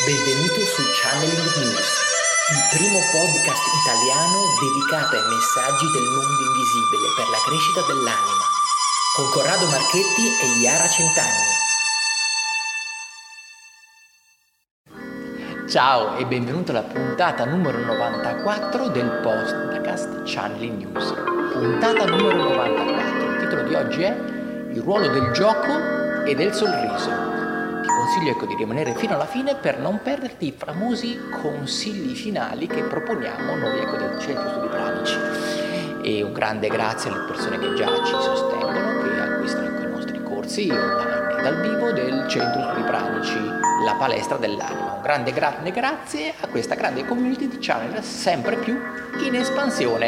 Benvenuto su Channeling News, il primo podcast italiano dedicato ai messaggi del mondo invisibile per la crescita dell'anima, con Corrado Marchetti e Iara Centanni. Ciao e benvenuto alla puntata numero 94 del podcast Channeling News. Puntata numero 94. Il titolo di oggi è Il ruolo del gioco e del sorriso. Ti consiglio di rimanere fino alla fine per non perderti i famosi consigli finali che proponiamo noi del Centro Studi Pranici. E un grande grazie alle persone che già ci sostengono, che acquistano i nostri corsi online dal vivo del Centro Studi Pranici, la palestra dell'anima. Un grande grazie a questa grande community di channel sempre più in espansione.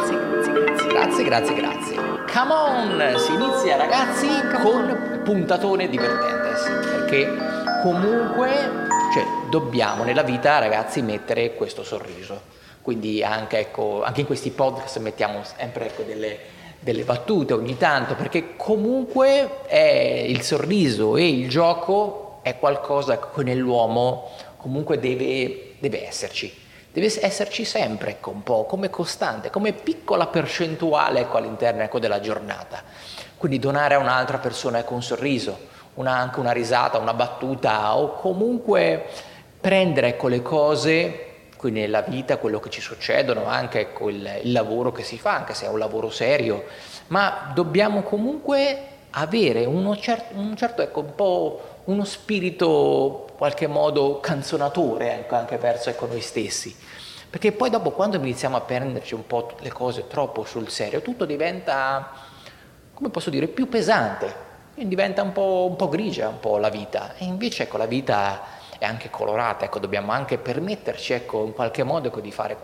Grazie. Come on! Si inizia, ragazzi, con puntatone divertente, sì, perché comunque dobbiamo nella vita, ragazzi, mettere questo sorriso. Quindi anche in questi podcast mettiamo sempre delle battute ogni tanto, perché comunque il sorriso e il gioco è qualcosa che nell'uomo comunque deve esserci. Deve esserci sempre, un po' come costante, come piccola percentuale all'interno della giornata. Quindi donare a un'altra persona un sorriso, anche una risata, una battuta, o comunque prendere le cose quindi nella vita, quello che ci succedono, anche il lavoro che si fa, anche se è un lavoro serio, ma dobbiamo comunque avere un certo un po' uno spirito in qualche modo canzonatore anche verso noi stessi, perché poi dopo, quando iniziamo a prenderci un po' le cose troppo sul serio, tutto diventa, come posso dire, più pesante, quindi diventa un po' grigia un po' la vita. E invece la vita è anche colorata, dobbiamo anche permetterci in qualche modo di fare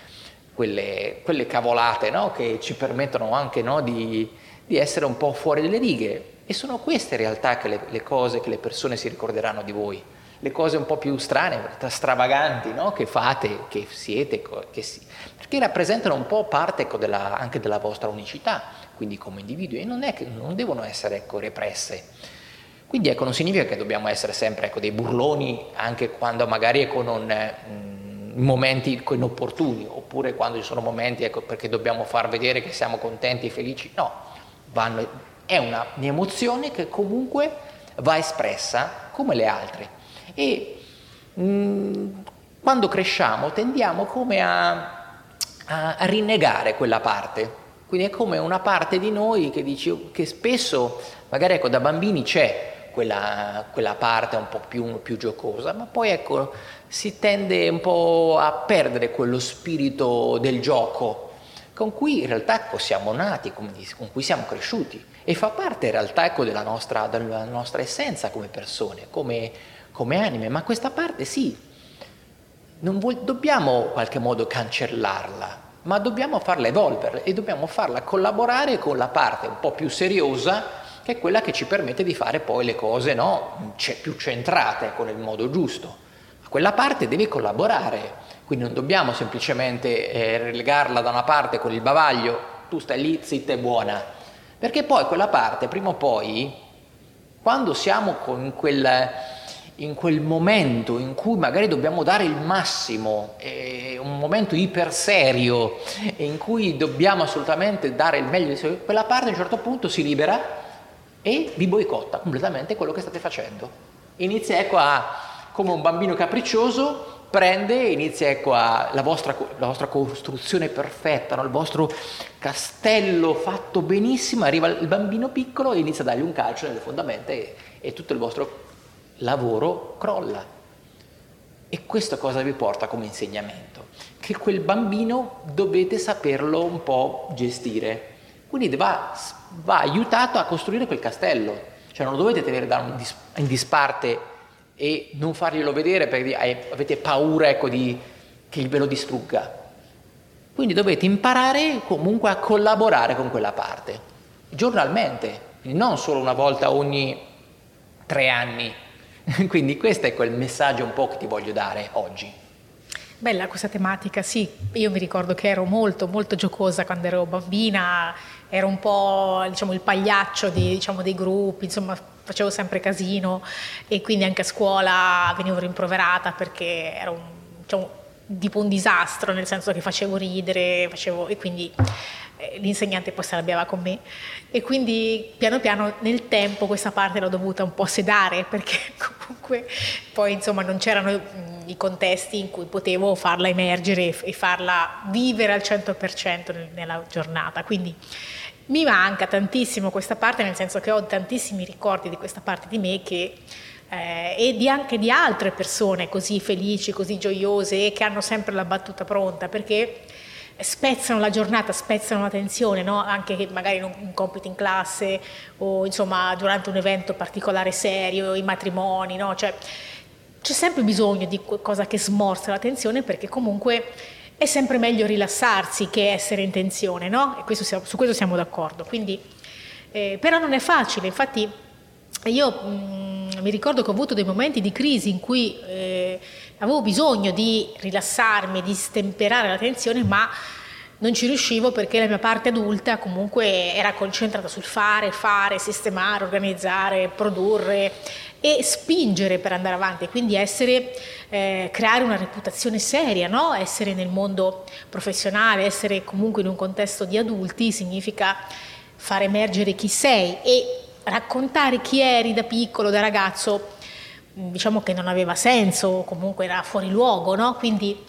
quelle cavolate, no? Che ci permettono anche, no, di essere un po' fuori delle righe. E sono queste in realtà le cose che le persone si ricorderanno di voi, le cose un po' più strane, stravaganti, no? Che fate, che siete, perché rappresentano un po' parte anche della vostra unicità, quindi come individui, e non devono essere represse. Quindi non significa che dobbiamo essere sempre dei burloni, anche quando magari in momenti inopportuni, oppure quando ci sono momenti perché dobbiamo far vedere che siamo contenti e felici. No, è un'emozione che comunque va espressa come le altre. E quando cresciamo tendiamo come a rinnegare quella parte. Quindi è come una parte di noi che spesso, magari da bambini c'è quella parte un po' più giocosa, ma poi si tende un po' a perdere quello spirito del gioco con cui in realtà siamo nati, con cui siamo cresciuti, e fa parte in realtà della nostra essenza come persone, come anime. Ma questa parte sì, dobbiamo in qualche modo cancellarla, ma dobbiamo farla evolvere e dobbiamo farla collaborare con la parte un po' più seriosa, che è quella che ci permette di fare poi le cose, no, più centrate, con il modo giusto. Quella parte deve collaborare, quindi non dobbiamo semplicemente relegarla da una parte con il bavaglio, tu stai lì, zitta e buona, perché poi quella parte, prima o poi, quando siamo in quel momento in cui magari dobbiamo dare il massimo, un momento iper serio, in cui dobbiamo assolutamente dare il meglio di sé, quella parte a un certo punto si libera e vi boicotta completamente quello che state facendo. Inizia come un bambino capriccioso, inizia la vostra costruzione perfetta, no? Il vostro castello fatto benissimo, arriva il bambino piccolo e inizia a dargli un calcio nelle fondamenta e tutto il vostro lavoro crolla. E questo cosa vi porta come insegnamento? Che quel bambino dovete saperlo un po' gestire, quindi va aiutato a costruire quel castello, cioè non lo dovete tenere in disparte e non farglielo vedere perché avete paura che ve lo distrugga. Quindi dovete imparare comunque a collaborare con quella parte giornalmente, non solo una volta ogni 3 anni. Quindi questo è quel messaggio un po' che ti voglio dare oggi. Bella questa tematica, sì. Io mi ricordo che ero molto molto giocosa quando ero bambina, ero un po', il pagliaccio dei gruppi, insomma facevo sempre casino e quindi anche a scuola venivo rimproverata perché ero diciamo, tipo un disastro, nel senso che facevo ridere, e quindi l'insegnante poi se l'arrabbiava con me e quindi piano piano nel tempo questa parte l'ho dovuta un po' sedare perché comunque poi insomma non c'erano i contesti in cui potevo farla emergere e farla vivere al 100% nella giornata, quindi mi manca tantissimo questa parte, nel senso che ho tantissimi ricordi di questa parte di me anche di altre persone così felici, così gioiose e che hanno sempre la battuta pronta perché spezzano la giornata, spezzano la tensione, no? Anche magari in un compito in classe o insomma durante un evento particolare serio, i matrimoni, no? Cioè, c'è sempre bisogno di qualcosa che smorza la tensione perché comunque è sempre meglio rilassarsi che essere in tensione, no? E su questo siamo d'accordo. Quindi, però non è facile, infatti io mi ricordo che ho avuto dei momenti di crisi in cui avevo bisogno di rilassarmi, di stemperare la tensione, ma non ci riuscivo perché la mia parte adulta comunque era concentrata sul fare, sistemare, organizzare, produrre e spingere per andare avanti, quindi creare una reputazione seria, no? Essere nel mondo professionale, essere comunque in un contesto di adulti significa far emergere chi sei e raccontare chi eri da piccolo, da ragazzo, diciamo che non aveva senso, comunque era fuori luogo, no? Quindi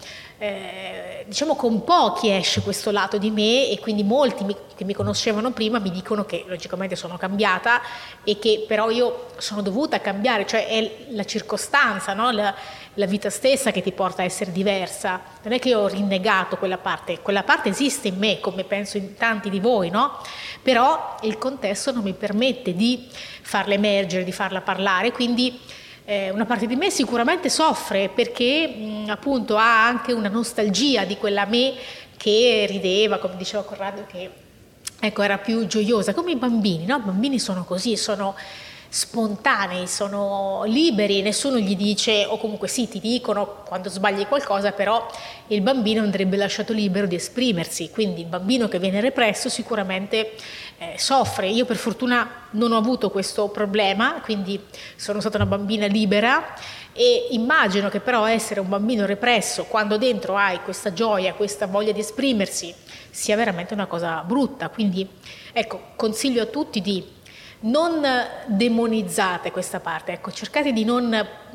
diciamo con pochi esce questo lato di me e quindi molti che mi conoscevano prima mi dicono che logicamente sono cambiata e che però io sono dovuta cambiare, cioè è la circostanza, no? La vita stessa che ti porta a essere diversa, non è che io ho rinnegato quella parte esiste in me come penso in tanti di voi, no? Però il contesto non mi permette di farla emergere, di farla parlare, quindi una parte di me sicuramente soffre perché appunto ha anche una nostalgia di quella me che rideva, come diceva Corrado, che ecco, era più gioiosa, come i bambini, no? I bambini sono così, sono spontanei, sono liberi, nessuno gli dice, o comunque sì, ti dicono quando sbagli qualcosa, però il bambino andrebbe lasciato libero di esprimersi, quindi il bambino che viene represso sicuramente soffre. Io per fortuna non ho avuto questo problema, quindi sono stata una bambina libera e immagino che però essere un bambino represso quando dentro hai questa gioia, questa voglia di esprimersi sia veramente una cosa brutta, quindi ecco, consiglio a tutti di non demonizzate questa parte, ecco, cercate di non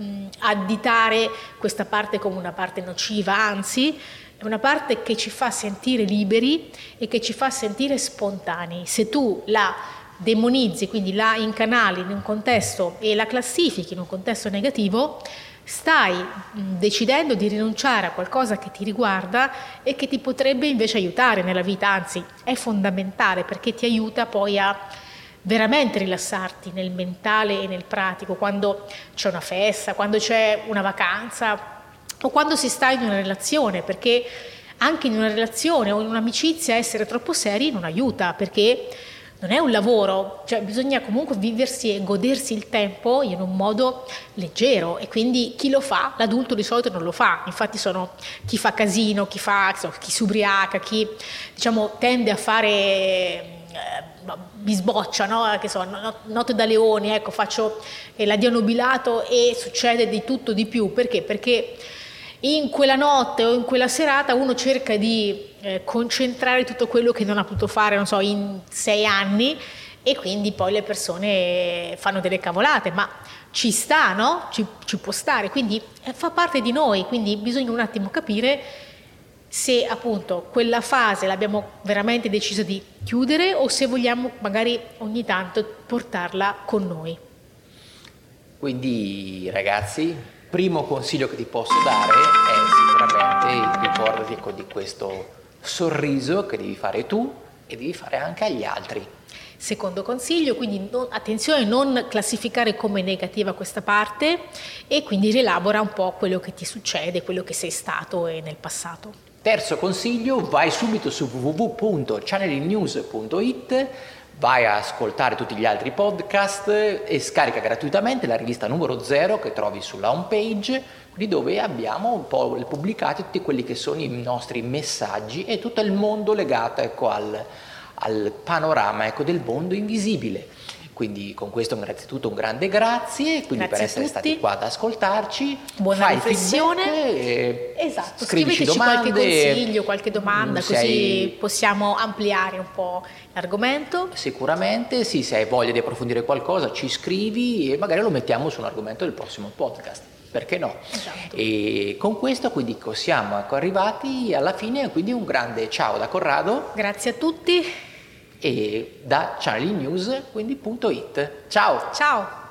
additare questa parte come una parte nociva, anzi è una parte che ci fa sentire liberi e che ci fa sentire spontanei. Se tu la demonizzi, quindi la incanali in un contesto e la classifichi in un contesto negativo, stai decidendo di rinunciare a qualcosa che ti riguarda e che ti potrebbe invece aiutare nella vita, anzi è fondamentale perché ti aiuta poi a veramente rilassarti nel mentale e nel pratico, quando c'è una festa, quando c'è una vacanza o quando si sta in una relazione, perché anche in una relazione o in un'amicizia essere troppo seri non aiuta, perché non è un lavoro, cioè bisogna comunque viversi e godersi il tempo in un modo leggero e quindi chi lo fa, l'adulto di solito non lo fa, infatti sono chi fa casino, chi si ubriaca, chi diciamo tende a fare bisboccia, no? Che so, notte da leoni, ecco, faccio l'addio nubilato e succede di tutto di più, perché? Perché in quella notte o in quella serata uno cerca di concentrare tutto quello che non ha potuto fare, non so, in 6 anni e quindi poi le persone fanno delle cavolate, ma ci sta, no? Ci può stare, quindi fa parte di noi, quindi bisogna un attimo capire se appunto quella fase l'abbiamo veramente deciso di chiudere o se vogliamo magari ogni tanto portarla con noi. Quindi ragazzi, primo consiglio che ti posso dare è sicuramente ricordati di questo sorriso che devi fare tu e devi fare anche agli altri. Secondo consiglio, quindi attenzione a non classificare come negativa questa parte e quindi rielabora un po' quello che ti succede, quello che sei stato nel passato. Terzo consiglio, vai subito su www.channelingnews.it, vai a ascoltare tutti gli altri podcast e scarica gratuitamente la rivista numero 0 che trovi sulla home page, di dove abbiamo un po' pubblicati tutti quelli che sono i nostri messaggi e tutto il mondo legato, ecco, al panorama, ecco, del mondo invisibile. Quindi con questo innanzitutto un grande grazie, quindi Grazie per essere a tutti. stati qua ad ascoltarci. Buona Fai il riflessione. feedback, Esatto, scrivici scriveteci qualche domande. consiglio, qualche domanda, così possiamo ampliare un po' l'argomento. Sicuramente, sì, se hai voglia di approfondire qualcosa ci scrivi e magari lo mettiamo su un argomento del prossimo podcast. Perché no? Esatto. E con questo quindi siamo arrivati alla fine, quindi un grande ciao da Corrado Grazie a tutti. e da Channel News, quindi .it. Ciao! Ciao.